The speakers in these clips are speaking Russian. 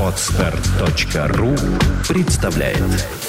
Podster.ru представляет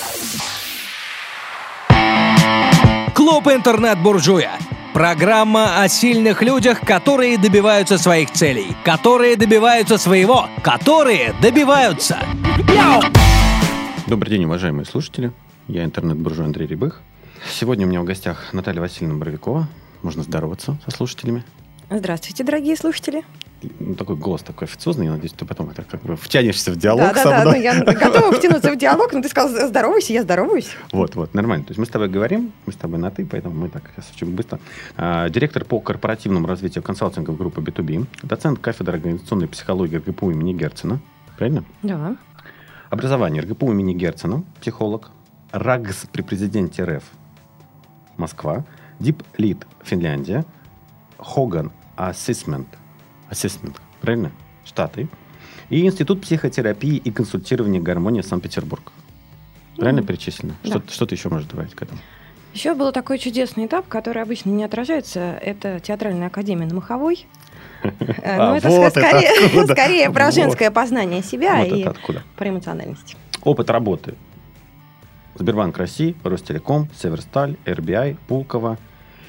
Клуб «Интернет-буржуя». Программа о сильных людях, которые добиваются своих целей, которые добиваются своего, которые добиваются. Добрый день, уважаемые слушатели. Я интернет-буржуй Андрей Рябых. Сегодня у меня в гостях Наталья Васильевна Боровикова. Можно здороваться со слушателями. Здравствуйте, дорогие слушатели. Такой голос такой официозный. Я надеюсь, ты потом как бы втянешься в диалог со Да, мной. я готова втянуться в диалог, но ты сказал здоровайся, я здороваюсь. Вот, нормально. То есть мы с тобой говорим, мы с тобой на «ты», поэтому мы так сейчас очень быстро. Директор по корпоративному развитию консалтинга в группе B2B, доцент кафедры организационной психологии РГПУ имени Герцена. Правильно? Да. Образование РГПУ имени Герцена, психолог, РАГС при президенте РФ Москва, Deep Lead Финляндия, Hogan Assessment, правильно? Штаты. И Институт психотерапии и консультирования гармонии Санкт-Петербург. Правильно перечислено? Да. Что ты еще можешь добавить к этому? Еще был такой чудесный этап, который обычно не отражается. Это театральная академия на Маховой. Но это скорее про женское познание себя и про эмоциональность. Опыт работы. Сбербанк России, Ростелеком, Северсталь, РБИ, Пулково,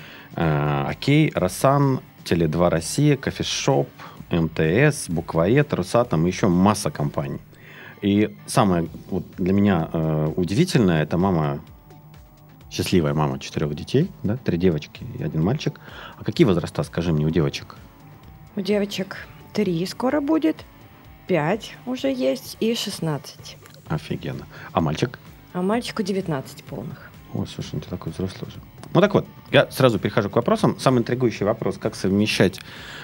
Окей, Росан, Теле2 Россия, Кофешоп, МТС, Буквоед, Росатом и еще масса компаний. И самое для меня удивительное, это счастливая мама 4 детей, да, 3 девочки и 1 мальчик. А какие возраста, скажи мне, у девочек? У девочек 3 скоро будет, 5 уже есть и 16. Офигенно. А мальчик? А мальчику 19 полных. Ой, слушай, ты такой взрослый уже. Ну так вот, я сразу перехожу к вопросам. Самый интригующий вопрос, как совмещать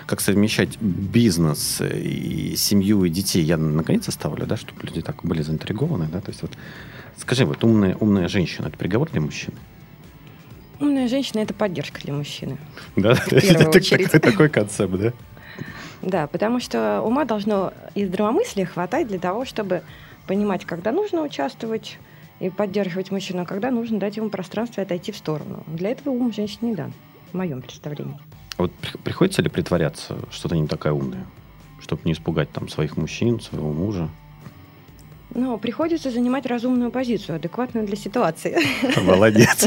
бизнес и семью, и детей, я наконец оставлю, да, чтобы люди так были заинтригованы, да, то есть скажи, умная женщина, это приговор для мужчины? Умная женщина – это поддержка для мужчины. Да, это такой концепт, да? Да, потому что ума должно и здравомыслия хватать для того, чтобы понимать, когда нужно участвовать и поддерживать мужчину, а когда нужно дать ему пространство и отойти в сторону. Для этого ум женщине не дан, в моем представлении. А приходится ли притворяться, что ты не такая умная, чтобы не испугать своих мужчин, своего мужа? Ну, приходится занимать разумную позицию, адекватную для ситуации. Молодец.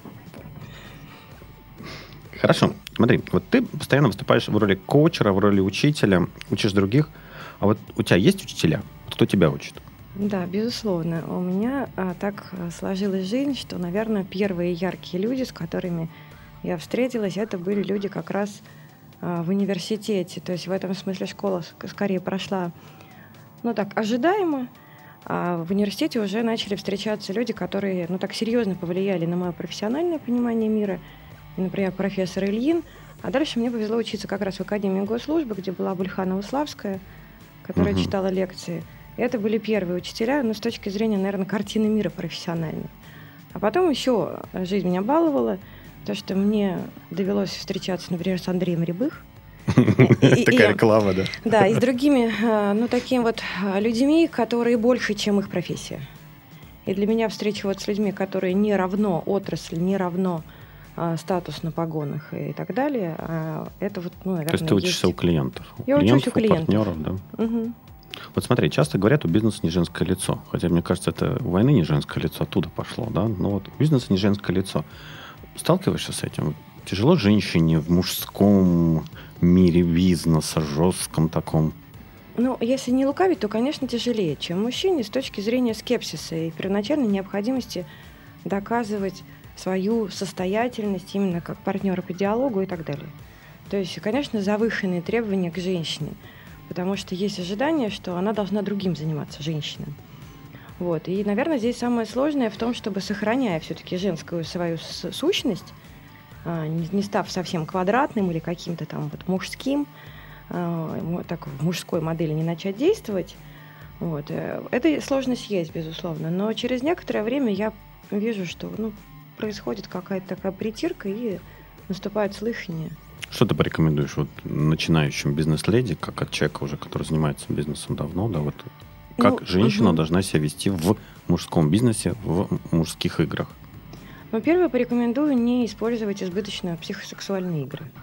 Хорошо. Смотри, ты постоянно выступаешь в роли коучера, в роли учителя, учишь других. А у тебя есть учителя? Кто тебя учит? Да, безусловно. У меня так сложилась жизнь, что, наверное, первые яркие люди, с которыми я встретилась, это были люди как раз в университете. То есть в этом смысле школа скорее прошла, ожидаемо. А в университете уже начали встречаться люди, которые, так серьезно повлияли на мое профессиональное понимание мира. И, например, профессор Ильин. А дальше мне повезло учиться как раз в Академии госслужбы, где была Бульханова-Славская, которая читала лекции. И это были первые учителя, с точки зрения, наверное, картины мира профессиональной. А потом еще жизнь меня баловала, то, что мне довелось встречаться, например, с Андреем Рябых. Такая реклама, да? Да, и с другими, такими людьми, которые больше, чем их профессия. И для меня встреча с людьми, которые не равно отрасль, не равно статус на погонах и так далее, это наверное, то есть ты учишься у клиентов? Я учусь у клиентов. Партнеров, да? Угу. Смотри, часто говорят, у бизнеса не женское лицо. Хотя, мне кажется, это у войны не женское лицо, оттуда пошло, да? Но у бизнеса не женское лицо. Сталкиваешься с этим? Тяжело женщине в мужском мире бизнеса, жестком таком? Если не лукавить, то, конечно, тяжелее, чем мужчине с точки зрения скепсиса и первоначальной необходимости доказывать свою состоятельность именно как партнера по диалогу и так далее. То есть, конечно, завышенные требования к женщине, потому что есть ожидание, что она должна другим заниматься, женщинам. И, наверное, здесь самое сложное в том, чтобы, сохраняя все-таки женскую свою сущность, не став совсем квадратным или каким-то мужским, так в мужской модели не начать действовать. Эта сложность есть, безусловно. Но через некоторое время я вижу, что происходит какая-то такая притирка и наступает слышание. Что ты порекомендуешь начинающим бизнес-леди, как от человека уже, который занимается бизнесом давно, да, как женщина должна себя вести в мужском бизнесе, в мужских играх? Первое, порекомендую не использовать избыточно психосексуальные игры.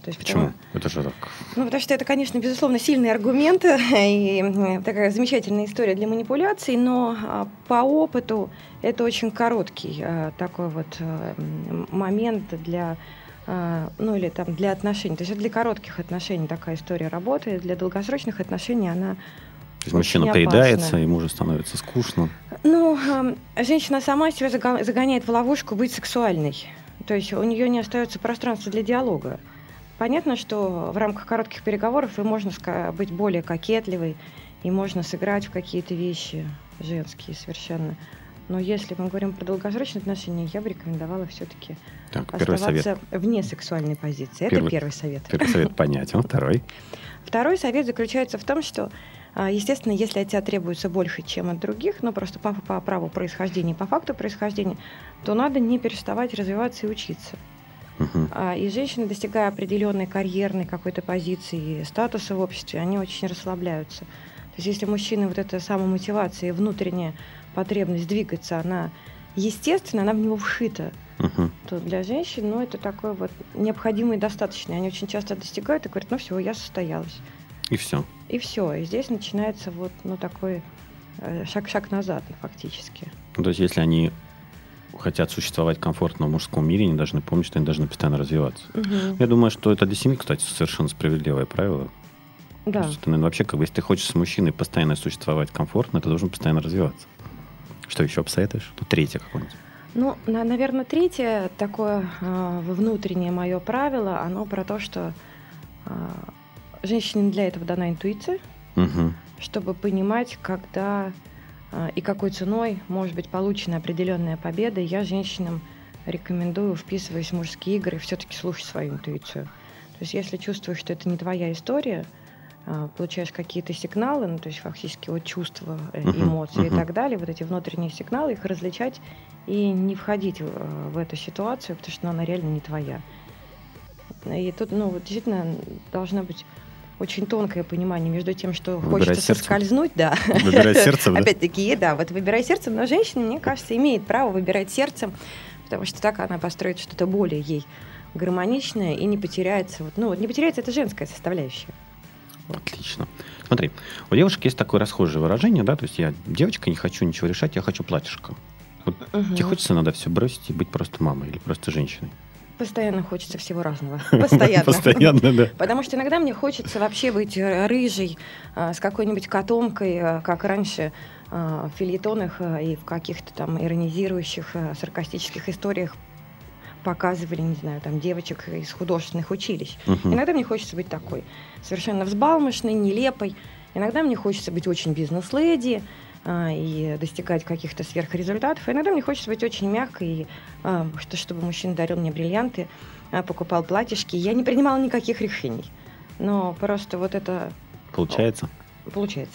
То есть, Почему? Это же так. Ну, потому что это, конечно, безусловно, сильный аргумент и такая замечательная история для манипуляций, но по опыту это очень короткий такой вот момент для, ну, или там для отношений. То есть это для коротких отношений такая история работает, для долгосрочных отношений она То есть мужчина приедается, ему уже становится скучно. Ну, женщина сама себя загоняет в ловушку быть сексуальной. То есть у нее не остается пространства для диалога. Понятно, что в рамках коротких переговоров и можно быть более кокетливой, и можно сыграть в какие-то вещи женские совершенно. Но если мы говорим про долгосрочные отношения, я бы рекомендовала все-таки оставаться вне сексуальной позиции. Это первый совет. Первый совет понятен. Второй? Второй совет заключается в том, что, естественно, если от тебя требуется больше, чем от других, но просто по праву происхождения, по факту происхождения, то надо не переставать развиваться и учиться. И женщины, достигая определенной карьерной какой-то позиции, статуса в обществе, они очень расслабляются. То есть если мужчина вот эта самомотивация и внутренняя потребность двигаться, она естественна, она в него вшита, то для женщин, ну, это такой вот необходимый и достаточный. Они очень часто достигают и говорят, ну все, я состоялась. И все. И все. И здесь начинается вот, ну, такой шаг назад фактически. То есть если они хотят существовать комфортно в мужском мире, они должны помнить, что они должны постоянно развиваться. Я думаю, что это для семьи, кстати, совершенно справедливое правило. Да. То есть это, наверное, вообще, как бы, если ты хочешь с мужчиной постоянно существовать комфортно, ты должен постоянно развиваться. Что еще посоветуешь? Ну, третье какое-нибудь. Ну, наверное, третье такое внутреннее мое правило, оно про то, что женщине для этого дана интуиция, чтобы понимать, когда и какой ценой может быть получена определенная победа. Я женщинам рекомендую, вписываясь в мужские игры, все-таки слушать свою интуицию. То есть если чувствуешь, что это не твоя история, получаешь какие-то сигналы, ну, то есть фактически вот чувства, эмоции и так далее, вот эти внутренние сигналы, их различать и не входить в эту ситуацию, потому что она реально не твоя. И тут, ну, вот действительно должна быть очень тонкое понимание между тем, что хочется соскользнуть, да. Выбирай сердцем, да? Опять-таки, да, вот выбирай сердцем, но женщина, мне кажется, имеет право выбирать сердцем, потому что так она построит что-то более ей гармоничное и не потеряется. Вот, ну, вот не потеряется эта женская составляющая. Отлично. Смотри, у девушек есть такое расхожее выражение, да, то есть я девочка, не хочу ничего решать, я хочу платьишко. Вот тебе хочется иногда все бросить и быть просто мамой или просто женщиной? Постоянно хочется всего разного. Постоянно. Постоянно, да. Потому что иногда мне хочется вообще быть рыжей, с какой-нибудь котомкой, как раньше в фельетонах и в каких-то там иронизирующих, саркастических историях показывали, не знаю, там девочек из художественных училищ. Иногда мне хочется быть такой, совершенно взбалмошной, нелепой. Иногда мне хочется быть очень бизнес-леди и достигать каких-то сверхрезультатов. А иногда мне хочется быть очень мягкой, и, чтобы мужчина дарил мне бриллианты, покупал платьишки. Я не принимала никаких решений. Но просто вот это... Получается? Получается.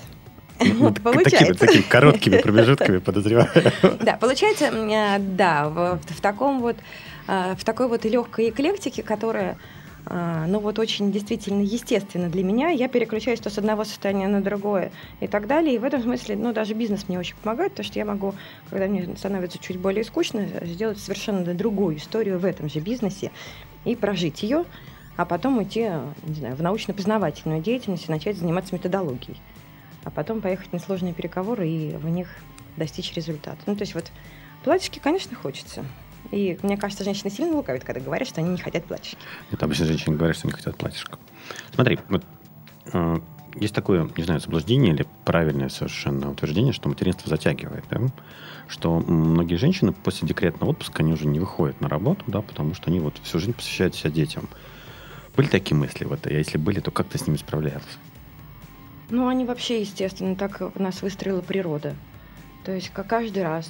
Такими короткими промежутками, подозреваю. Да, получается, да, в такой вот легкой эклектике, которая, ну вот очень действительно естественно для меня, я переключаюсь то с одного состояния на другое и так далее. И в этом смысле, ну, даже бизнес мне очень помогает, потому что я могу, когда мне становится чуть более скучно, сделать совершенно другую историю в этом же бизнесе и прожить ее, а потом уйти, не знаю, в научно-познавательную деятельность и начать заниматься методологией. А потом поехать на сложные переговоры и в них достичь результата. Ну, то есть вот платьишки, конечно, хочется. И мне кажется, женщины сильно лукавят, когда говорят, что они не хотят платьишки. Это обычно женщины говорят, что не хотят платьишко. Смотри, вот есть такое, не знаю, заблуждение или правильное совершенно утверждение, что материнство затягивает, да? Что многие женщины после декретного отпуска, они уже не выходят на работу, да, потому что они вот всю жизнь посвящают себя детям. Были такие мысли вот, а если были, то как ты с ними справлялась? Ну, они вообще, естественно, так нас выстроила природа. То есть, как каждый раз,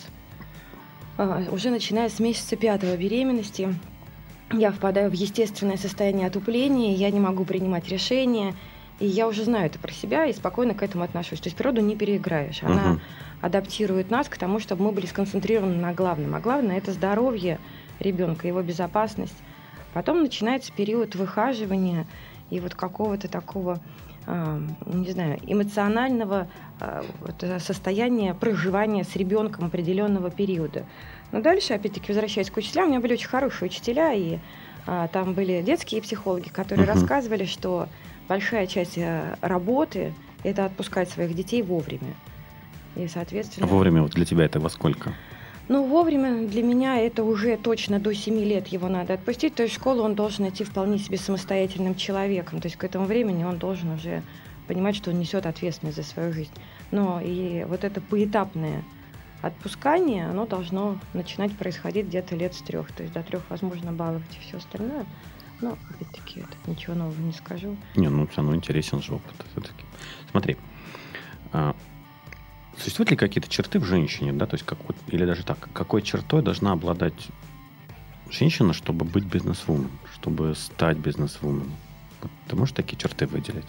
уже начиная с месяца 5 беременности, я впадаю в естественное состояние отупления, я не могу принимать решения, и я уже знаю это про себя и спокойно к этому отношусь. То есть природу не переиграешь. Она адаптирует нас к тому, чтобы мы были сконцентрированы на главном. А главное – это здоровье ребенка, его безопасность. Потом начинается период выхаживания и вот какого-то такого, не знаю, эмоционального состояния проживания с ребенком определенного периода. Но дальше, опять-таки, возвращаясь к учителям, у меня были очень хорошие учителя, и Там были детские психологи, которые рассказывали, что большая часть работы – это отпускать своих детей вовремя. И, соответственно... Вовремя вот для тебя это во сколько? Ну, вовремя для меня это уже точно до 7 лет его надо отпустить. То есть в школу он должен идти вполне себе самостоятельным человеком. То есть к этому времени он должен уже понимать, что он несет ответственность за свою жизнь. Но и вот это поэтапное отпускание, оно должно начинать происходить где-то лет с 3. То есть до 3 возможно баловать и все остальное. Но, опять-таки, это ничего нового не скажу. Не, ну все равно интересен же опыт все-таки. Смотри, существуют ли какие-то черты в женщине, да, то есть или даже так, какой чертой должна обладать женщина, чтобы быть бизнес-вумен, чтобы стать бизнес-вумен? Вот ты можешь такие черты выделить?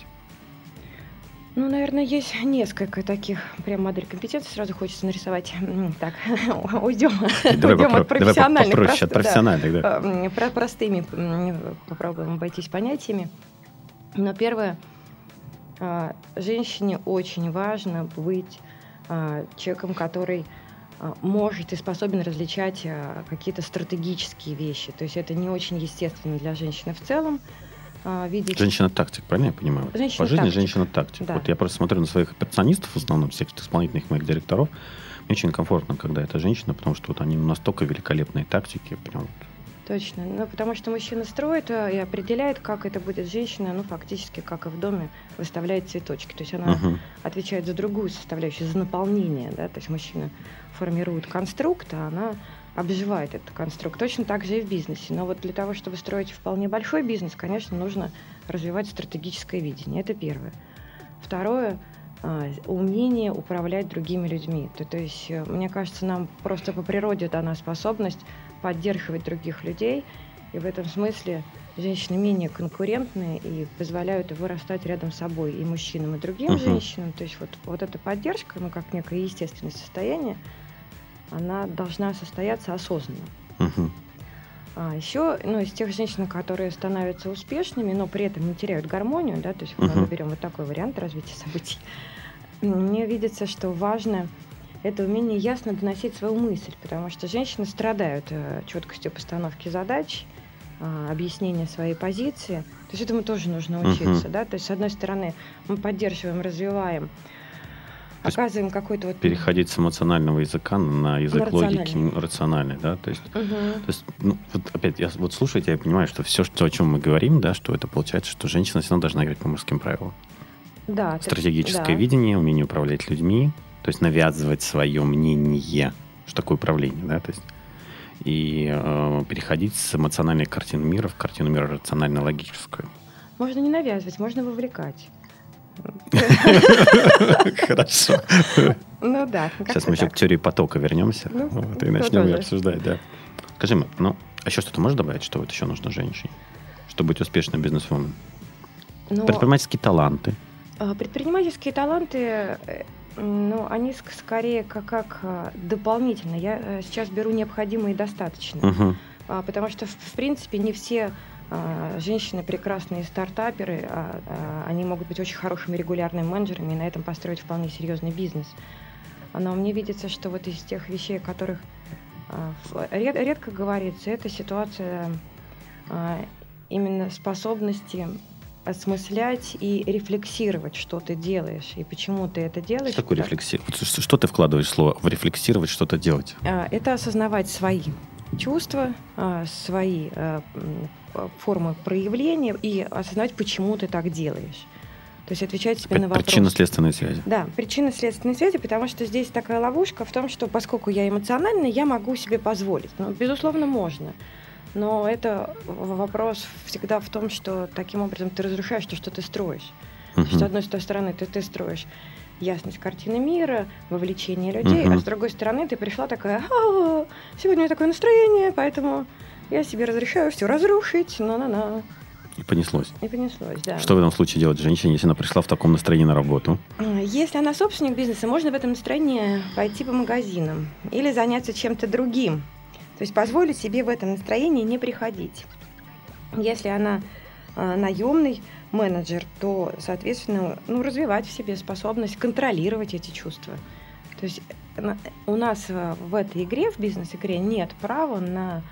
Ну, наверное, есть несколько таких прям моделей компетенций. Сразу хочется нарисовать. Так, уйдем от профессиональных. Попроще, от профессиональных, да. Простыми попробуем обойтись понятиями. Но первое, женщине очень важно быть человеком, который может и способен различать какие-то стратегические вещи. То есть это не очень естественно для женщины в целом. Видеть... Женщина-тактик, правильно я понимаю? По жизни женщина-тактик. Да. Вот я просто смотрю на своих операционистов, в основном всех исполнительных моих директоров. Мне очень комфортно, когда это женщина, потому что вот они настолько великолепные тактики. Прям... Точно. Ну, потому что мужчина строит и определяет, как это будет женщина, ну, фактически, как и в доме, выставляет цветочки. То есть она отвечает за другую составляющую, за наполнение. Да? То есть мужчина формирует конструкт, а она обживает этот конструкт. Точно так же и в бизнесе. Но вот для того, чтобы строить вполне большой бизнес, конечно, нужно развивать стратегическое видение. Это первое. Второе – умение управлять другими людьми. То есть, мне кажется, нам просто по природе дана способность поддерживать других людей. И в этом смысле женщины менее конкурентные и позволяют вырастать рядом с собой и мужчинам, и другим женщинам. То есть вот эта поддержка, ну, как некое естественное состояние, она должна состояться осознанно. Еще, ну, из тех женщин, которые становятся успешными, но при этом не теряют гармонию, да, то есть мы берем вот такой вариант развития событий, мне видится, что важно это умение ясно доносить свою мысль, потому что женщины страдают четкостью постановки задач, объяснения своей позиции. То есть этому тоже нужно учиться, да, то есть с одной стороны мы поддерживаем, развиваем, оказываем какой-то вот... Переходить с эмоционального языка на язык логики рациональный, да? То есть, ну, вот опять, я вот слушаю тебя, я понимаю, что все, о чем мы говорим, да, что это получается, что женщина всегда должна играть по мужским правилам. Да. Стратегическое видение, умение управлять людьми, то есть навязывать свое мнение, что такое управление, да, то есть и переходить с эмоциональной картины мира в картину мира рационально-логическую. Можно не навязывать, можно вовлекать. Хорошо. Ну да. Сейчас мы еще к теории потока вернемся и начнем ее обсуждать, да. Скажи мне, ну, а еще что-то можешь добавить, что вот еще нужно женщине, чтобы быть успешным бизнесвумен? Предпринимательские таланты. Предпринимательские таланты, ну, они скорее как дополнительно. Я сейчас беру необходимое и достаточно. Потому что, в принципе, не все женщины прекрасные стартаперы, они могут быть очень хорошими регулярными менеджерами и на этом построить вполне серьезный бизнес. Но мне видится, что вот из тех вещей, о которых редко говорится, это ситуация именно способности осмыслять и рефлексировать, что ты делаешь и почему ты это делаешь. Что такое рефлексировать? Что ты вкладываешь в слово в рефлексировать, что-то делать? Это осознавать свои чувства, свои формы проявления и осознавать, почему ты так делаешь. То есть отвечать себе на вопрос. Причинно-следственные связи. Да, причинно-следственные связи, потому что здесь такая ловушка в том, что поскольку я эмоциональна, я могу себе позволить. Ну, безусловно, можно. Но это вопрос всегда в том, что таким образом ты разрушаешь то, что ты строишь. Что, с одной стороны, ты строишь ясность картины мира, вовлечение людей, а с другой стороны ты пришла такая: сегодня у меня такое настроение, поэтому я себе разрешаю все разрушить, на-на-на. И понеслось. И понеслось, да. Что в этом случае делать женщине, если она пришла в таком настроении на работу? Если она собственник бизнеса, можно в этом настроении пойти по магазинам или заняться чем-то другим. То есть позволить себе в этом настроении не приходить. Если она наемный менеджер, то, соответственно, развивать в себе способность контролировать эти чувства. То есть у нас в этой игре, в бизнес-игре, нет права на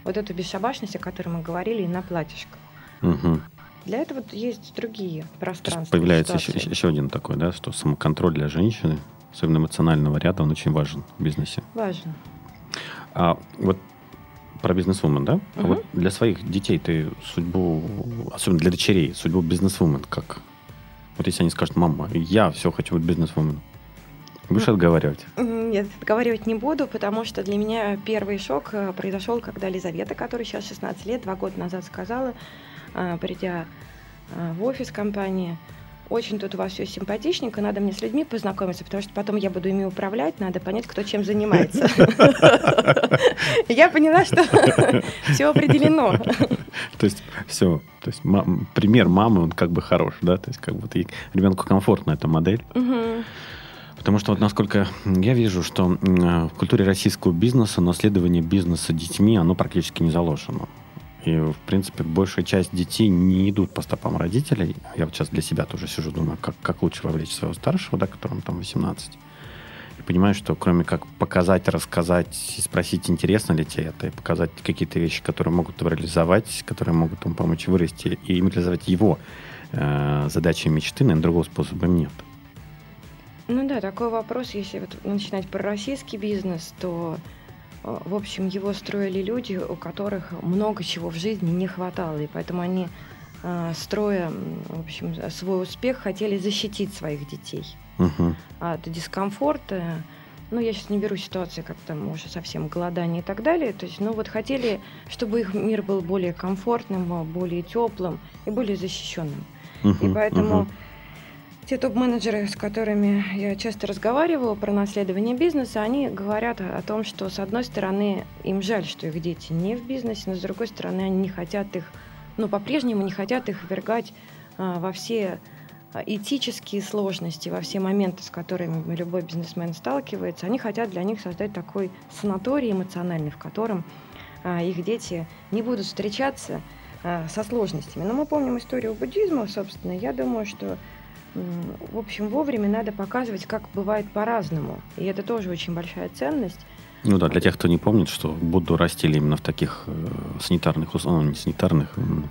вот эту бесшабашность, о которой мы говорили, и на платьишко. Угу. Для этого есть другие пространства. Появляется еще один такой, да, что самоконтроль для женщины, особенно эмоционального ряда, он очень важен в бизнесе. Важен. А вот про бизнесвумен, да? Угу. А вот для своих детей ты судьбу, особенно для дочерей, судьбу бизнесвумен как? Вот если они скажут: мама, я все хочу быть бизнесвумен, будешь отговаривать? Нет, отговаривать не буду, потому что для меня первый шок произошел, когда Лизавета, которой сейчас 16 лет, 2 года назад сказала, придя в офис компании: очень тут у вас все симпатичненько, надо мне с людьми познакомиться, потому что потом я буду ими управлять, надо понять, кто чем занимается. Я поняла, что все определено. То есть все, то есть пример мамы, он как бы хорош, да, то есть как будто ребенку комфортна эта модель. Потому что вот насколько я вижу, что в культуре российского бизнеса наследование бизнеса детьми, оно практически не заложено. И, в принципе, большая часть детей не идут по стопам родителей. Я вот сейчас для себя тоже сижу, думаю, как лучше вовлечь своего старшего, да, которому там 18. И понимаю, что кроме как показать, рассказать и спросить, интересно ли тебе это, и показать какие-то вещи, которые могут его реализовать, которые могут ему помочь вырасти, и реализовать его задачи и мечты, наверное, другого способа нет. Ну да, такой вопрос, если вот начинать про российский бизнес, то, в общем, его строили люди, у которых много чего в жизни не хватало, и поэтому они, строя, в общем, свой успех, хотели защитить своих детей от дискомфорта. Ну, я сейчас не беру ситуации, как там уже совсем голодание и так далее. То есть, ну, вот хотели, чтобы их мир был более комфортным, более теплым и более защищенным. И поэтому те топ-менеджеры, с которыми я часто разговариваю про наследование бизнеса, они говорят о том, что, с одной стороны, им жаль, что их дети не в бизнесе, но, с другой стороны, они не хотят их, ну, по-прежнему не хотят их ввергать во все этические сложности, во все моменты, с которыми любой бизнесмен сталкивается. Они хотят для них создать такой санаторий эмоциональный, в котором их дети не будут встречаться со сложностями. Но мы помним историю буддизма, собственно. Я думаю, что в общем, вовремя надо показывать, как бывает по-разному. И это тоже очень большая ценность. Ну да, для тех, кто не помнит, что Будду растили именно в таких санитарных условиях, не санитарных,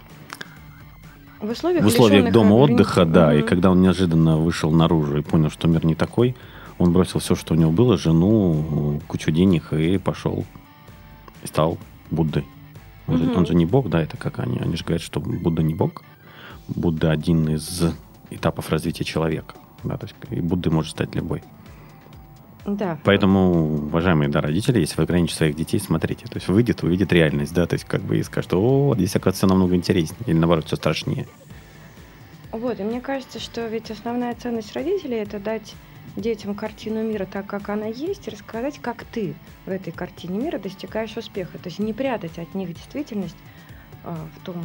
в условиях дома отдыха, да. И когда он неожиданно вышел наружу и понял, что мир не такой, он бросил все, что у него было, жену, кучу денег, и пошел, и стал Буддой. Он же не бог, да, это как они. Они же говорят, что Будда не бог. Будда один из этапов развития человека. Да, то есть и Буддой может стать любой. Да. Поэтому, уважаемые, да, родители, если вы ограничите своих детей, смотрите. То есть увидит реальность, да, то есть как бы и скажет: о, здесь, оказывается, все намного интереснее. Или наоборот, все страшнее. Вот, и мне кажется, что ведь основная ценность родителей — это дать детям картину мира так, как она есть, и рассказать, как ты в этой картине мира достигаешь успеха. То есть не прятать от них действительность в том,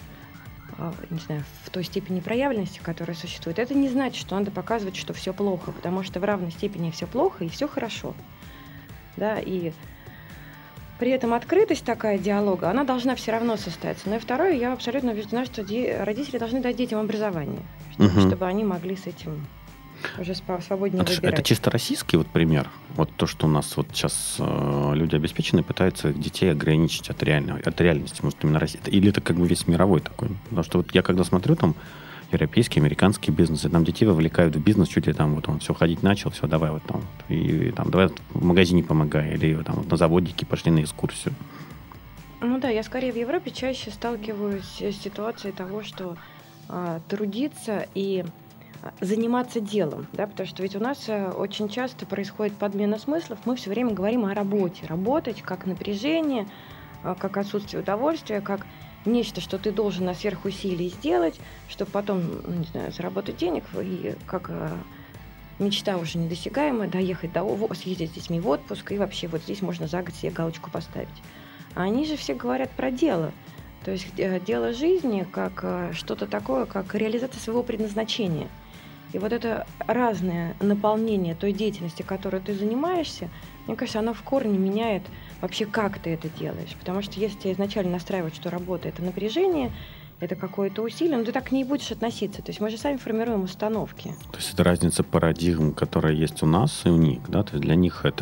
не знаю, в той степени проявленности, которая существует. Это не значит, что надо показывать, что все плохо, потому что в равной степени все плохо и все хорошо. Да, и при этом открытость такая диалога, она должна все равно состояться. Но и второе, я абсолютно убеждена, что родители должны дать детям образование, чтобы они могли с этим уже свободнее выбирать. Это чисто российский вот пример. Вот то, что у нас вот сейчас люди обеспеченные пытаются их детей ограничить от реальности. Может, именно Россия. Или это как бы весь мировой такой. Потому что вот я когда смотрю там европейский, американский бизнес, и там детей вовлекают в бизнес, чуть ли там вот он все ходить начал, все, давай вот там, и там давай в магазине помогай, или там вот на заводике пошли на экскурсию. Ну да, я скорее в Европе чаще сталкиваюсь с ситуацией того, что трудиться и заниматься делом, да, потому что ведь у нас очень часто происходит подмена смыслов, мы все время говорим о работе. Работать как напряжение, как отсутствие удовольствия, как нечто, что ты должен на сверхусилии сделать, чтобы потом, не знаю, заработать денег, и как мечта уже недосягаемая, доехать съездить с детьми в отпуск, и вообще вот здесь можно за год себе галочку поставить. А они же все говорят про дело. То есть дело жизни как что-то такое, как реализация своего предназначения. И вот это разное наполнение той деятельности, которой ты занимаешься, мне кажется, оно в корне меняет вообще, как ты это делаешь. Потому что если тебя изначально настраивать, что работа — это напряжение, это какое-то усилие, но ты так к ней будешь относиться. То есть мы же сами формируем установки. То есть это разница парадигм, которая есть у нас и у них. Да? То есть для них это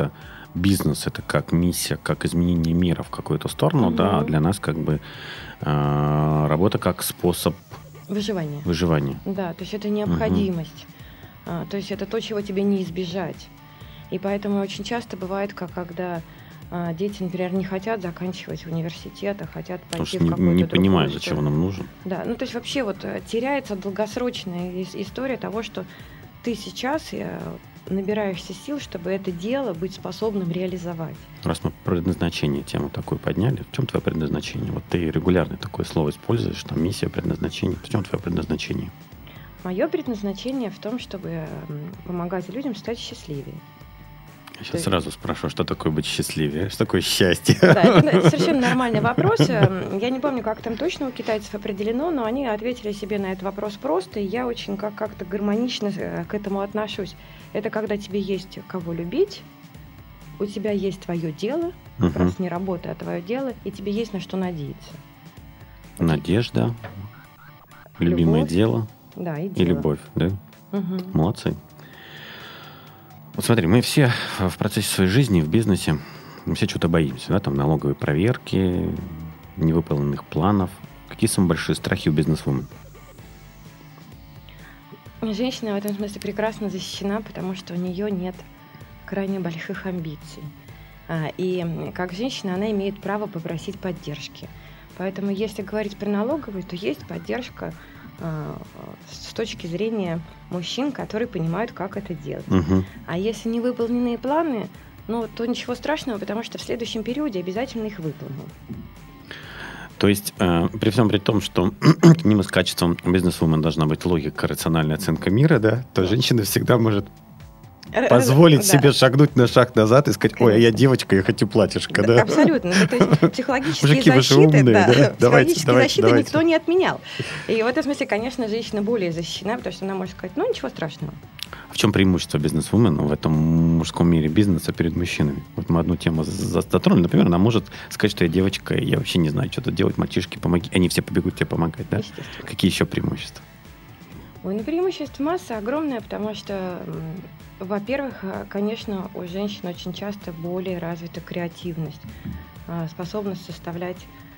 бизнес это как миссия, как изменение мира в какую-то сторону, да, а для нас как бы работа как способ выживания. Да, то есть это необходимость. То есть это то, чего тебе не избежать. И поэтому очень часто бывает, когда дети, например, не хотят заканчивать университет, а хотят пойти в какую-то не понимают, другую для чего нам нужен. Да, ну то есть вообще вот теряется долгосрочная история того, что ты сейчас набираешься сил, чтобы это дело быть способным реализовать. Раз мы предназначение тему такую подняли, в чем твое предназначение? Вот ты регулярно такое слово используешь, что миссия, предназначение. В чем твое предназначение? Мое предназначение в том, чтобы помогать людям стать счастливее. Я сейчас сразу спрошу, что такое быть счастливее, что такое счастье? Да, это совершенно нормальный вопрос. Я не помню, как там точно у китайцев определено, но они ответили себе на этот вопрос просто, и я очень как-то гармонично к этому отношусь. Это когда тебе есть кого любить, у тебя есть твое дело, как раз не работа, а твое дело, и тебе есть на что надеяться. Надежда, любимое дело, да, и любовь, да? Молодцы. Вот смотри, мы все в процессе своей жизни, в бизнесе, мы все что-то боимся, да, там налоговые проверки, невыполненных планов. Какие самые большие страхи у бизнес-вумен? Женщина в этом смысле прекрасно защищена, потому что у нее нет крайне больших амбиций. И как женщина она имеет право попросить поддержки. Поэтому если говорить про налоговые, то есть поддержка с точки зрения мужчин, которые понимают, как это делать. А если не выполненные планы, то ничего страшного, потому что в следующем периоде обязательно их выполним. То есть, при всем при том, что одним из качеств бизнес-вумен должна быть логика, рациональная оценка мира, да, то женщина всегда может позволить себе шагнуть на шаг назад и сказать: ой, а я девочка, я хочу платьишко, да? Абсолютно. То есть психологические защиты, психологические защиты никто не отменял. И в этом смысле, конечно, женщина более защищена, потому что она может сказать: ничего страшного. В чем преимущество бизнес-вумен в этом мужском мире бизнеса перед мужчинами? Вот мы одну тему затронули. Например, она может сказать, что я девочка, и я вообще не знаю, что-то делать, мальчишки, помоги. Они все побегут тебе помогать, да? Какие еще преимущества? Ой, преимуществ масса огромная, потому что, во-первых, конечно, у женщин очень часто более развита креативность, способность составлять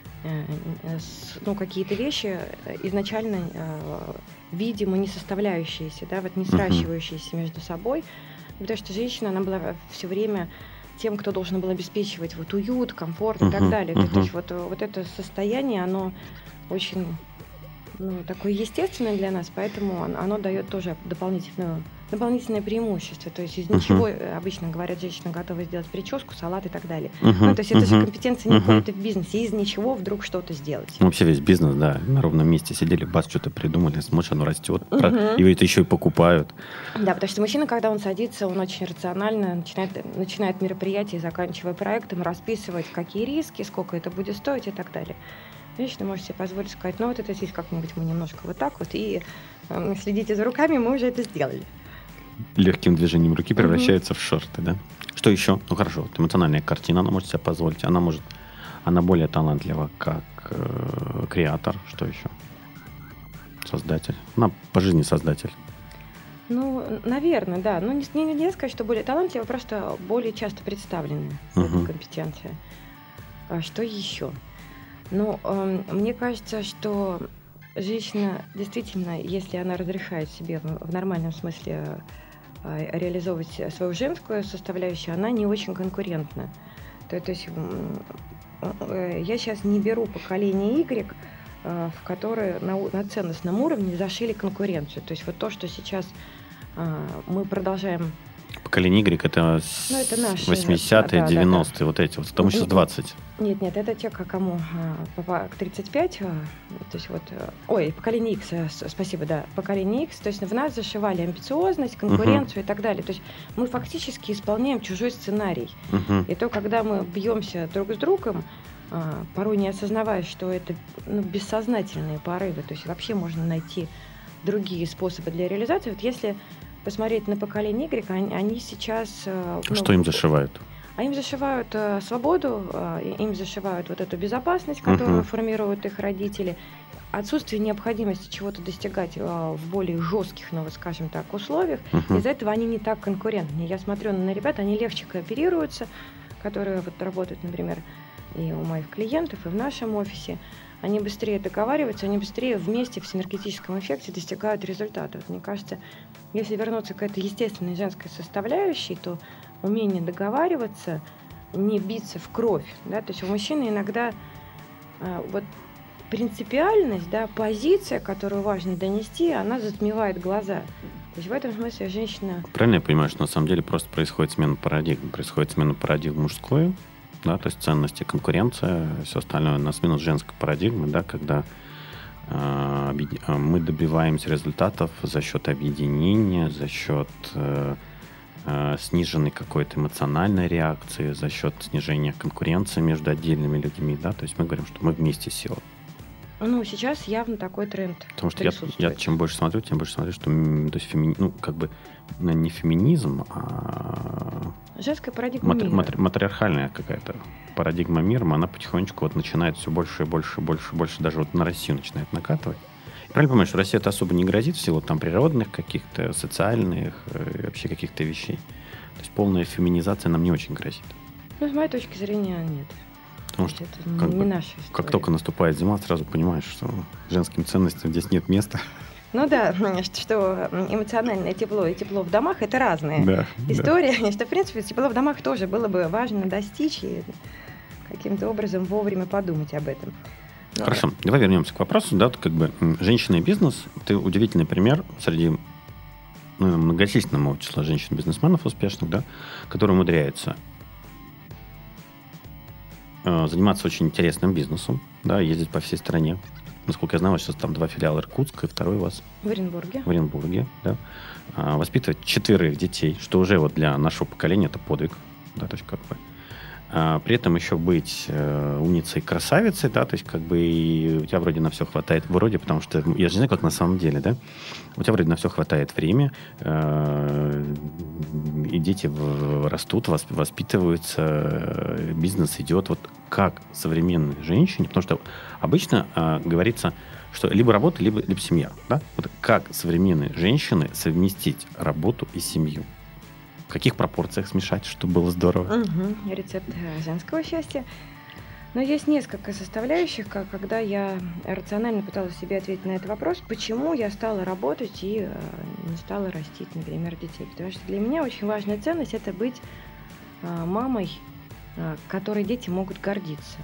какие-то вещи изначально видимо не составляющиеся, да, вот не сращивающиеся между собой, потому что женщина, она была все время тем, кто должен был обеспечивать вот уют, комфорт и так далее. То есть вот это состояние, оно очень такое естественное для нас, поэтому оно дает тоже дополнительное преимущество. То есть из ничего, обычно говорят, женщина готова сделать прическу, салат и так далее. То есть это же компетенция не какой-то в бизнесе, из ничего вдруг что-то сделать. Вообще весь бизнес, да, на ровном месте сидели, бац, что-то придумали, смотришь, оно растет, и это еще и покупают. Да, потому что мужчина, когда он садится, он очень рационально начинает мероприятие, заканчивая проектом, расписывать, какие риски, сколько это будет стоить и так далее. Женщина может себе позволить сказать: вот это здесь как-нибудь мы немножко вот так вот, и следите за руками, мы уже это сделали. Легким движением руки превращается в шорты, да? Что еще? Хорошо, вот эмоциональная картина она может себе позволить. Она более талантлива как креатор. Что еще? Создатель. Она по жизни создатель. Наверное, да. Нельзя сказать, что более талантлива, просто более часто представленная эта компетенция. А что еще? Мне кажется, что женщина действительно, если она разрешает себе в нормальном смысле реализовывать свою женскую составляющую, она не очень конкурентна. То есть я сейчас не беру поколение Y, в которое на ценностном уровне зашили конкуренцию. То есть вот то, что сейчас мы продолжаем... Поколение Y — это 80-е, 90-е, вот эти вот. Потому что 20. Нет, это те, кому к 35. То есть поколение X, спасибо, да, поколение X. То есть в нас зашивали амбициозность, конкуренцию и так далее. То есть мы фактически исполняем чужой сценарий. И то, когда мы бьемся друг с другом, порой не осознавая, что это бессознательные порывы. То есть вообще можно найти другие способы для реализации. Вот если посмотреть на поколение Y, они сейчас... Что им зашивают? А им зашивают свободу, им зашивают вот эту безопасность, которую формируют их родители, отсутствие необходимости чего-то достигать в более жестких, ну вот скажем так, условиях, из-за этого они не так конкурентны. Я смотрю на ребят, они легче кооперируются, которые вот работают, например, и у моих клиентов, и в нашем офисе. Они быстрее договариваются, они быстрее вместе в синергетическом эффекте достигают результатов. Мне кажется, если вернуться к этой естественной женской составляющей, то умение договариваться, не биться в кровь, да, то есть у мужчины иногда вот принципиальность, да, позиция, которую важно донести, она затмевает глаза. То есть в этом смысле женщина... Правильно я понимаю, что на самом деле просто происходит смена парадигм мужской, да, то есть ценности, конкуренция, все остальное на смену женской парадигмы, да, когда мы добиваемся результатов за счет объединения, за счет сниженной какой-то эмоциональной реакции, за счет снижения конкуренции между отдельными людьми, да, то есть мы говорим, что мы вместе сила. Ну, сейчас явно такой тренд. Потому что я чем больше смотрю, что то есть как бы не феминизм, а женская парадигма мира. Матриархальная какая-то парадигма мира, она потихонечку вот начинает все больше и больше, даже вот на Россию начинает накатывать. Правильно понимаешь, что Россия это особо не грозит в силу там природных каких-то, социальных, вообще каких-то вещей. То есть полная феминизация нам не очень грозит. Ну, с моей точки зрения, нет. Потому что это не наша история. Как только наступает зима, сразу понимаешь, что женским ценностям здесь нет места. Ну да, что эмоциональное тепло и тепло в домах – это разные истории. Да. Что, в принципе, тепло в домах тоже было бы важно достичь и каким-то образом вовремя подумать об этом. Но... Хорошо, давай вернемся к вопросу. Да, как бы женщина и бизнес – ты удивительный пример среди многочисленного числа женщин-бизнесменов успешных, да, которые умудряются заниматься очень интересным бизнесом, да, ездить по всей стране. Насколько я знаю, сейчас там 2 филиала Иркутска, и второй у вас в Оренбурге. В Оренбурге, да. Воспитывать 4 детей, что уже вот для нашего поколения это подвиг, да, то есть как бы. При этом еще быть умницей, красавицей, да, то есть как бы и у тебя вроде на все хватает, потому что я же не знаю, как на самом деле, да, у тебя вроде на все хватает время, и дети растут, воспитываются, бизнес идет. Вот как современной женщине, потому что обычно говорится, что либо работа, либо семья, да, вот как современные женщины совместить работу и семью? В каких пропорциях смешать, чтобы было здорово? Рецепт женского счастья. Но есть несколько составляющих, когда я рационально пыталась себе ответить на этот вопрос, почему я стала работать и не стала растить, например, детей. Потому что для меня очень важная ценность – это быть мамой, которой дети могут гордиться.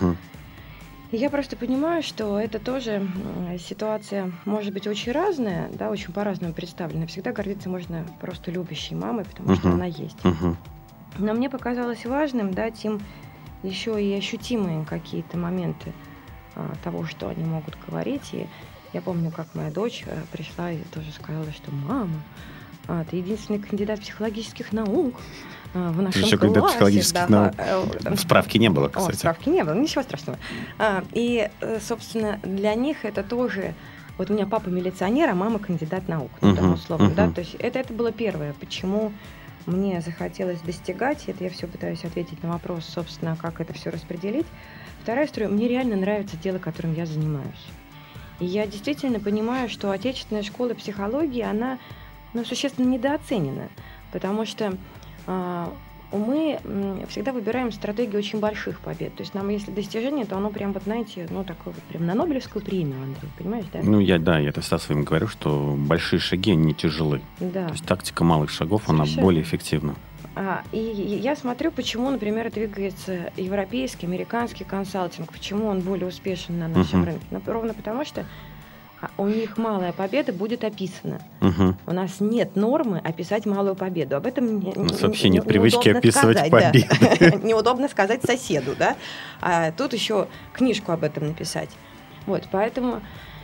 И я просто понимаю, что это тоже ситуация может быть очень разная, да, очень по-разному представлена. Всегда гордиться можно просто любящей мамой, потому что она есть. Но мне показалось важным дать им еще и ощутимые какие-то моменты того, что они могут говорить. И я помню, как моя дочь пришла и тоже сказала, что «Мама, ты единственный кандидат психологических наук в нашем классе». Кандидат психологических наук. Справки не было, кстати. Справки не было, ничего страшного. И, собственно, для них это тоже... Вот у меня папа милиционер, а мама кандидат наук, условно. Да? То есть это было первое, почему мне захотелось достигать. Это я все пытаюсь ответить на вопрос, собственно, как это все распределить. Вторая история. Мне реально нравится дело, которым я занимаюсь. И я действительно понимаю, что отечественная школа психологии, она существенно недооценена, потому что мы всегда выбираем стратегию очень больших побед. То есть нам, если достижение, то оно прям, вот знаете, такое вот прям на Нобелевскую премию, Андрей, понимаешь, да? Я это всегда своим говорю, что большие шаги, они не тяжелы. Да. То есть тактика малых шагов, она более эффективна. И я смотрю, почему, например, двигается европейский, американский консалтинг, почему он более успешен на нашем рынке. Ровно потому, что у них малая победа будет описана. У нас нет нормы описать малую победу. Об этом у нас вообще нет привычки описывать победу. Да. Неудобно сказать соседу, да? А тут еще книжку об этом написать. Вот, поэтому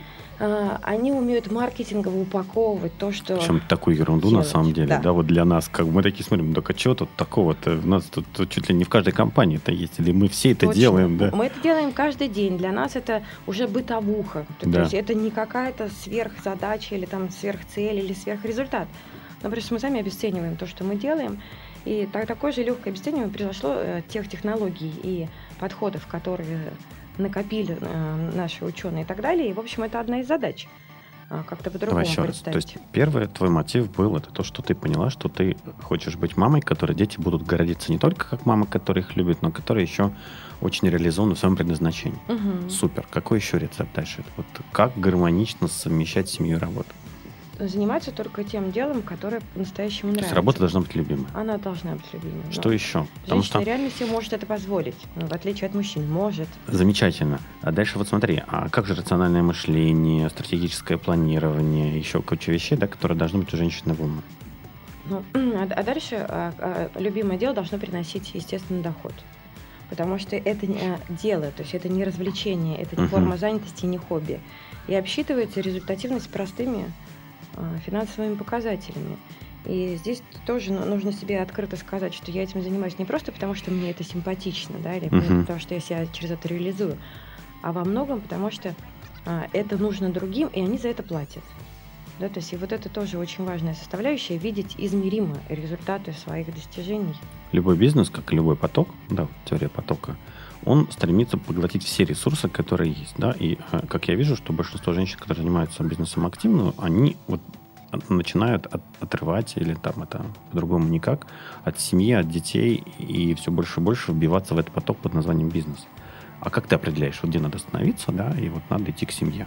они умеют маркетингово упаковывать то, что... Причем такую ерунду делать, на самом деле. Да, вот для нас, как бы мы такие смотрим, так а чего тут такого-то? У нас тут чуть ли не в каждой компании это есть. Или мы все это делаем, да? Мы это делаем каждый день. Для нас это уже бытовуха. Да. То есть это не какая-то сверхзадача или там сверхцель или сверхрезультат. Но просто мы сами обесцениваем то, что мы делаем. И такое же легкое обесценивание произошло тех технологий и подходов, которые накопили наши ученые и так далее. И, в общем, это одна из задач. Как-то по-другому Давай еще раз. представить. То есть первый твой мотив был это то, что ты поняла, что ты хочешь быть мамой, которой дети будут гордиться не только как мама, которая их любит, но которая еще очень реализована в своем предназначении. Угу. Супер. Какой еще рецепт дальше? Вот как гармонично совмещать семью и работу? Заниматься только тем делом, которое по-настоящему То нравится. есть работа должна быть любимой. Она должна быть любимой. Что еще? Потому Женщина что реально себе может это позволить, в отличие от мужчин. Может. замечательно. А дальше вот смотри, а как же рациональное мышление, стратегическое планирование, еще куча вещей, да, которые должны быть у женщины в уме? Ну, а дальше любимое дело должно приносить естественный доход. Потому что это не дело, то есть это не развлечение, это не форма занятости, не хобби. И обсчитывается результативность простыми финансовыми показателями. И здесь тоже нужно себе открыто сказать, что я этим занимаюсь не просто потому, что мне это симпатично, да, или потому, что я себя через это реализую, а во многом потому, что это нужно другим, и они за это платят. Да, то есть и вот это тоже очень важная составляющая, видеть измеримо результаты своих достижений. Любой бизнес, как и любой поток, да, теория потока, он стремится поглотить все ресурсы, которые есть, да, и как я вижу, что большинство женщин, которые занимаются бизнесом активно, они вот начинают отрывать, или там это по-другому никак, от семьи, от детей, и все больше и больше вбиваться в этот поток под названием бизнес. А как ты определяешь, вот где надо остановиться, да, и вот надо идти к семье?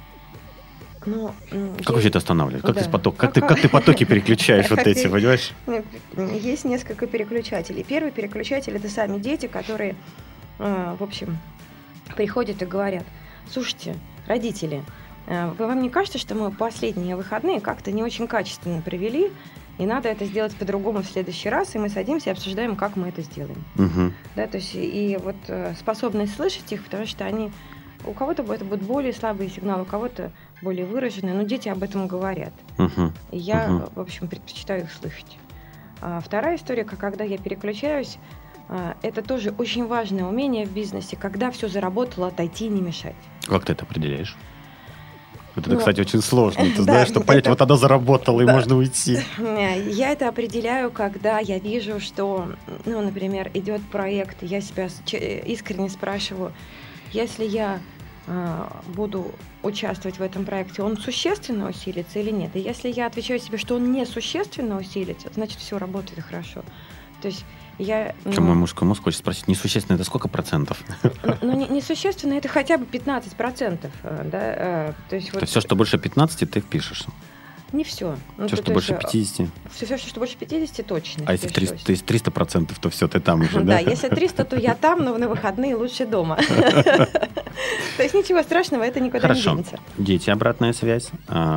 Ну, как вообще это останавливать? Как, да. как ты потоки переключаешь вот эти, понимаешь? Есть несколько переключателей. Первый переключатель – это сами дети, которые, в общем, приходят и говорят: слушайте, родители, вам не кажется, что мы последние выходные как-то не очень качественно провели, и надо это сделать по-другому в следующий раз, и мы садимся и обсуждаем, как мы это сделаем. Да, то есть, и вот способность слышать их, потому что они... У кого-то это будут более слабые сигналы, у кого-то более выраженные, но дети об этом говорят. И я, в общем, предпочитаю их слышать. Вторая история, когда я переключаюсь, это тоже очень важное умение в бизнесе, когда все заработало, отойти и не мешать. Как ты это определяешь? Вот это, кстати, очень сложно. Ты знаешь, чтобы понять, вот оно заработало, и можно уйти. Я это определяю, когда я вижу, что, ну, например, идет проект, и я себя искренне спрашиваю, если я буду участвовать в этом проекте, он существенно усилится или нет? И если я отвечаю себе, что он не существенно усилится, значит, все работает хорошо. То есть я... Мой мужской мозг хочет спросить, несущественно это сколько процентов? Ну, несущественно это хотя бы 15%. Да? То есть вот... все, что больше 15, ты впишешься? Не все. Все, что больше 50? Все, что больше 50, точно. А если 300%, то все, ты там уже, да? Да, если 300, то я там, но на выходные лучше дома. То есть ничего страшного, это никуда не денется. Хорошо. Дети, обратная связь.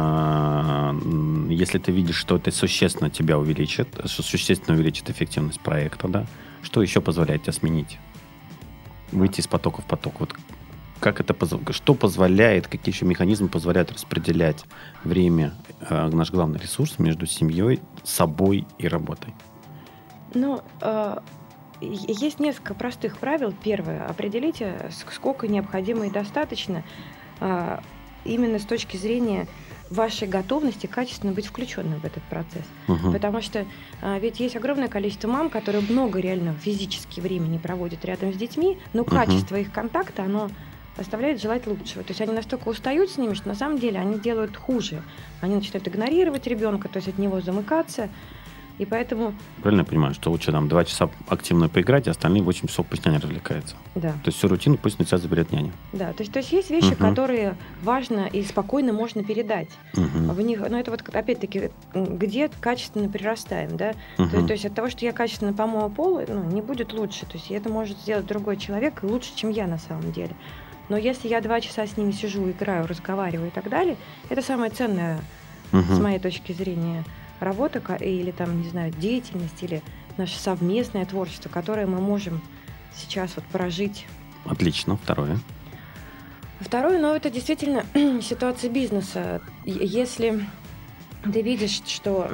Если ты видишь, что это существенно тебя увеличит, что существенно увеличит эффективность проекта, да, что еще позволяет тебе сменить? Выйти из потока в поток. Вот как это что позволяет, какие еще механизмы позволяют распределять время, наш главный ресурс, между семьей, собой и работой? Ну, есть несколько простых правил. Первое. Определите, сколько необходимо и достаточно именно с точки зрения вашей готовности качественно быть включенным в этот процесс. Потому что ведь есть огромное количество мам, которые много реально физически времени проводят рядом с детьми, но качество их контакта, оно оставляет желать лучшего. То есть они настолько устают с ними, что на самом деле они делают хуже. Они начинают игнорировать ребенка, то есть от него замыкаться. И поэтому... Правильно я понимаю, что лучше там 2 часа активно поиграть, а остальные 8 часов пусть няня развлекается? Да. То есть всю рутину пусть на себя заберет няня? Да. То есть есть вещи, которые важно и спокойно можно передать. В них, но это вот опять-таки, где качественно прирастаем, да? То есть от того, что я качественно помою пол, не будет лучше. То есть это может сделать другой человек лучше, чем я на самом деле. Но если я 2 часа с ними сижу, играю, разговариваю и так далее, это самое ценное, с моей точки зрения, работа или там, не знаю, деятельность, или наше совместное творчество, которое мы можем сейчас вот прожить. Отлично. Второе, это действительно ситуация бизнеса. Если ты видишь, что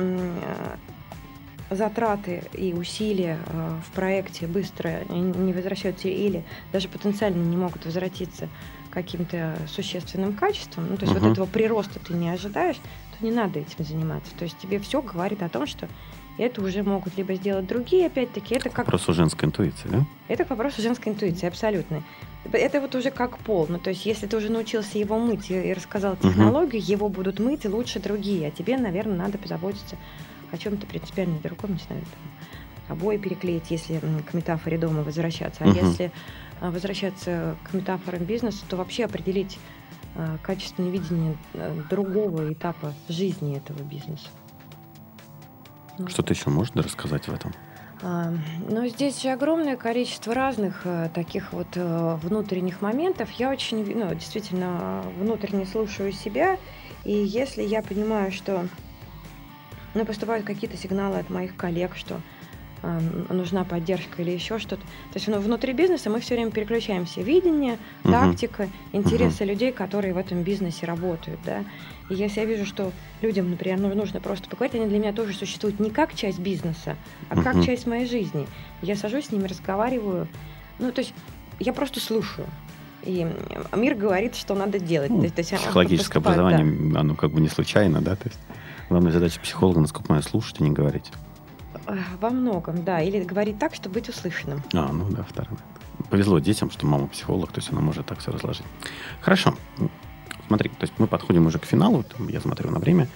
затраты и усилия в проекте быстро не возвращаются или даже потенциально не могут возвратиться каким-то существенным качеством, то есть вот этого прироста ты не ожидаешь, не надо этим заниматься. То есть тебе все говорит о том, что это уже могут либо сделать другие, опять-таки, это К как... вопросу женской интуиции, да? Это к вопросу женской интуиции, абсолютно. Это вот уже как пол. Ну, то есть, если ты уже научился его мыть и рассказал технологию, его будут мыть лучше другие. А тебе, наверное, надо позаботиться о чем-то принципиально другом, не знаю, там, обои переклеить, если к метафоре дома возвращаться. А если возвращаться к метафорам бизнеса, то вообще определить качественное видение другого этапа жизни этого бизнеса. Что-то еще можно рассказать в этом? Но здесь же огромное количество разных таких вот внутренних моментов. Я очень, действительно, внутренне слушаю себя, и если я понимаю, что поступают какие-то сигналы от моих коллег, что нужна поддержка или еще что-то. То есть внутри бизнеса мы все время переключаемся. Видение, тактика, интересы людей, которые в этом бизнесе работают. Да? И если я вижу, что людям, например, нужно просто поговорить, они для меня тоже существуют не как часть бизнеса, а как часть моей жизни. Я сажусь с ними, разговариваю. То есть я просто слушаю. И мир говорит, что надо делать. Психологическое образование, оно как бы не случайно, да? То есть главная задача психолога, насколько можно слушать, а не говорить. Во многом, да. Или говорить так, чтобы быть услышанным. Второе. Повезло детям, что мама психолог, то есть она может так все разложить. Хорошо. Смотри, то есть мы подходим уже к финалу, я смотрю на время.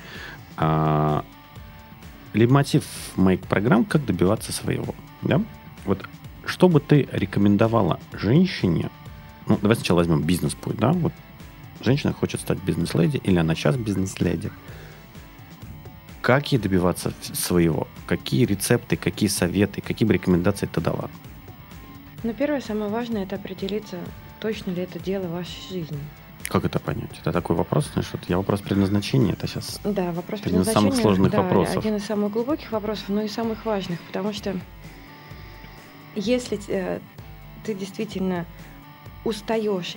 Лейтмотив моих программ «Как добиваться своего». Да? Вот что бы ты рекомендовала женщине, давай сначала возьмем бизнес-путь, да? Вот женщина хочет стать бизнес-леди, или она сейчас бизнес-леди. Как ей добиваться своего? Какие рецепты, какие советы, какие бы рекомендации ты дала? Первое, самое важное, это определиться, точно ли это дело вашей жизни. Как это понять? Это такой вопрос, знаешь, я вопрос предназначения, это сейчас вопрос один из предназначения, самых сложных вопросов. Один из самых глубоких вопросов, но и самых важных, потому что если ты действительно устаешь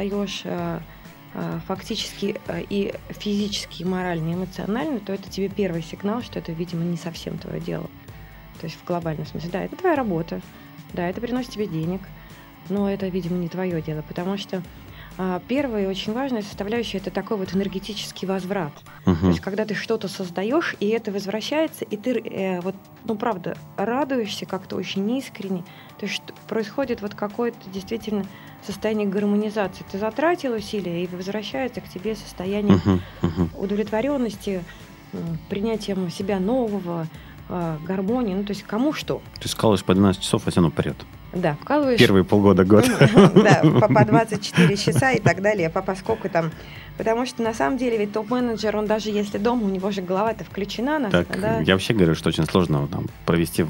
фактически и физически, и морально, и эмоционально, то это тебе первый сигнал, что это, видимо, не совсем твое дело. То есть в глобальном смысле. Да, это твоя работа, да, это приносит тебе денег, но это, видимо, не твое дело, потому что первая и очень важная составляющая – это такой вот энергетический возврат. То есть когда ты что-то создаешь, и это возвращается, и ты, правда, радуешься как-то очень искренне. То есть происходит вот какое-то действительно состояние гармонизации. Ты затратил усилия, и возвращается к тебе состояние удовлетворенности, принятием себя нового, гармонии. То есть кому что. Ты вкалываешь по 12 часов, а все равно прет. Да, вкалываешь. Первые полгода, год. Да, по 24 часа и так далее, по сколько там. Потому что на самом деле ведь топ-менеджер, он даже если дома, у него же голова-то включена. Я вообще говорю, что очень сложно провести в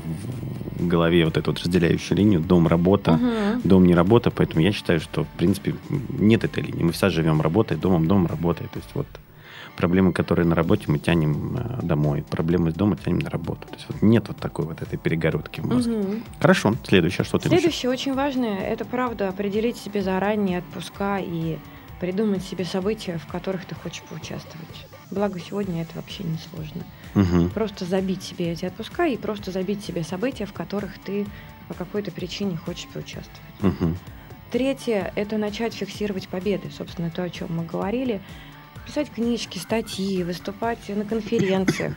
голове вот эту вот разделяющую линию дом-работа, дом-не-работа, поэтому я считаю, что в принципе нет этой линии. Мы все живем работой, домом, работой. То есть вот проблемы, которые на работе, мы тянем домой. Проблемы из дома тянем на работу. То есть вот нет вот такой вот этой перегородки в мозге. Хорошо. Следующее, что ты думаешь? Следующее очень важное, это правда определить себе заранее отпуска и придумать себе события, в которых ты хочешь поучаствовать. Благо сегодня это вообще не сложно. Просто забить себе эти отпуска и просто забить себе события, в которых ты по какой-то причине хочешь поучаствовать. Третье, это начать фиксировать победы. Собственно, то, о чем мы говорили. Писать книжки, статьи, выступать на конференциях,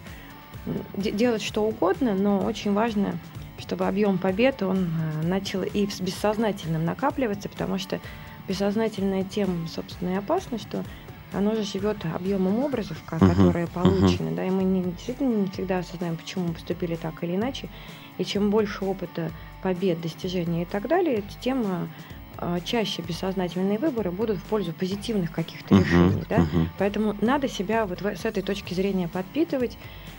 делать что угодно, но очень важно, чтобы объем побед, он начал и с бессознательным накапливаться, потому что бессознательное тем, собственно, и опасно, что оно же живет объемом образов, которые получены, да, и мы действительно не всегда осознаем, почему мы поступили так или иначе, и чем больше опыта побед, достижений и так далее, тем чаще бессознательные выборы будут в пользу позитивных каких-то решений. Да? Поэтому надо себя вот с этой точки зрения подпитывать.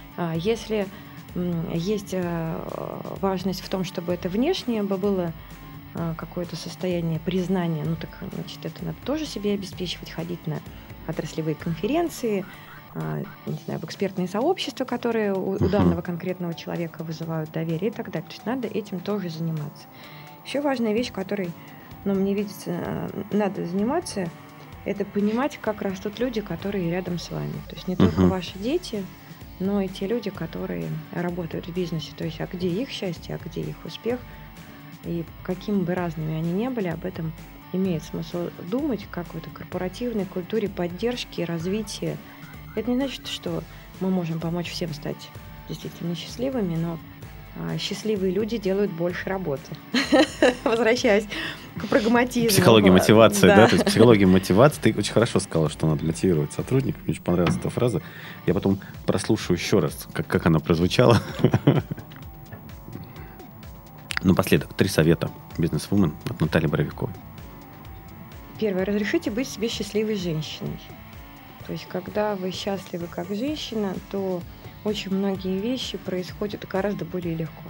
Если есть важность в том, чтобы это внешнее было какое-то состояние признания, так, значит, это надо тоже себе обеспечивать, ходить на отраслевые конференции, не знаю, в экспертные сообщества, которые у данного конкретного человека вызывают доверие и так далее. То есть надо этим тоже заниматься. Еще важная вещь, которой мне видится, надо заниматься, это понимать, как растут люди, которые рядом с вами. То есть не только ваши дети, но и те люди, которые работают в бизнесе. То есть, а где их счастье, а где их успех. И какими бы разными они ни были, об этом имеет смысл думать, как в этой корпоративной культуре поддержки и развития Это не значит, что мы можем помочь всем стать действительно счастливыми, но счастливые люди делают больше работы. Возвращаясь к прагматизму. Психология мотивации, да? То есть психология мотивации. Ты очень хорошо сказала, что надо мотивировать сотрудников. Мне очень понравилась эта фраза. Я потом прослушаю еще раз, как она прозвучала. Напоследок, 3 совета бизнес-вумен от Натальи Боровиковой. Первое. Разрешите быть себе счастливой женщиной. То есть, когда вы счастливы как женщина, то очень многие вещи происходят гораздо более легко.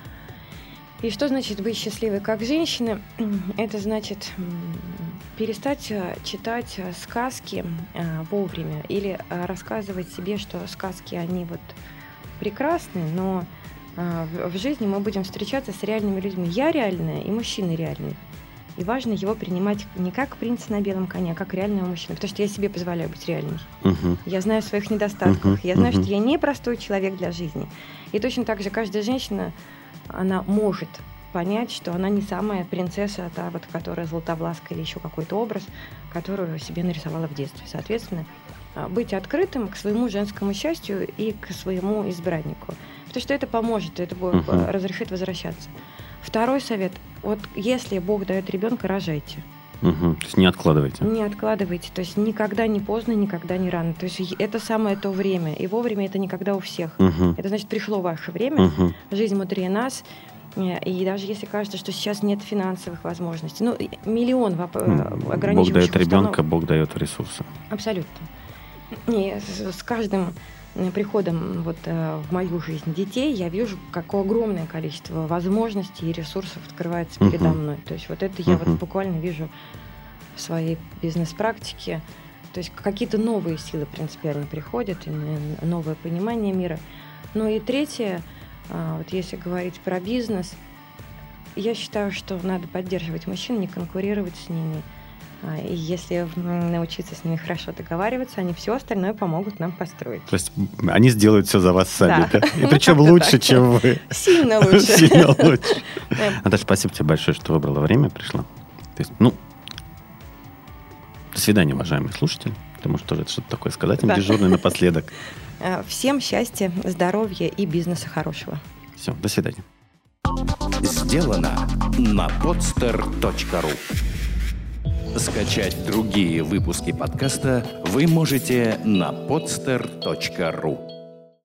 И что значит быть счастливой как женщина? Это значит перестать читать сказки вовремя или рассказывать себе, что сказки, они вот прекрасны, но в жизни мы будем встречаться с реальными людьми. Я реальная, и мужчина реальный. И важно его принимать не как принца на белом коне, а как реального мужчину. Потому что я себе позволяю быть реальной. Я знаю о своих недостатках. Я знаю, что я не простой человек для жизни. И точно так же каждая женщина, она может понять, что она не самая принцесса, та вот, которая златовласка или еще какой-то образ, которую себе нарисовала в детстве. Соответственно, быть открытым к своему женскому счастью и к своему избраннику. Потому что это поможет, это разрешит возвращаться. Второй совет. Вот если Бог дает ребенка, рожайте. То есть не откладывайте. Не откладывайте. То есть никогда не поздно, никогда не рано. То есть это самое то время. И вовремя это никогда у всех. Это значит, пришло ваше время. Жизнь мудрее нас. И даже если кажется, что сейчас нет финансовых возможностей. Миллион ограничивающих Бог дает ребенка, установок. Бог дает ресурсы. Абсолютно. И с каждым приходом в мою жизнь детей я вижу, какое огромное количество возможностей и ресурсов открывается передо мной. То есть вот это я буквально вижу в своей бизнес-практике. То есть какие-то новые силы принципиально приходят, и новое понимание мира. Ну и третье, вот если говорить про бизнес, я считаю, что надо поддерживать мужчин, не конкурировать с ними. И если научиться с ними хорошо договариваться, они все остальное помогут нам построить. То есть они сделают все за вас сами, да? И причем лучше, чем вы. Сильно лучше. Сильно лучше. Наташа, спасибо тебе большое, что выбрала время, пришла. То есть, до свидания, уважаемые слушатели. Ты можешь тоже что-то такое сказать им дежурный напоследок. Всем счастья, здоровья и бизнеса хорошего. Все, до свидания. Сделано на podster.ru. Скачать другие выпуски подкаста вы можете на podster.ru.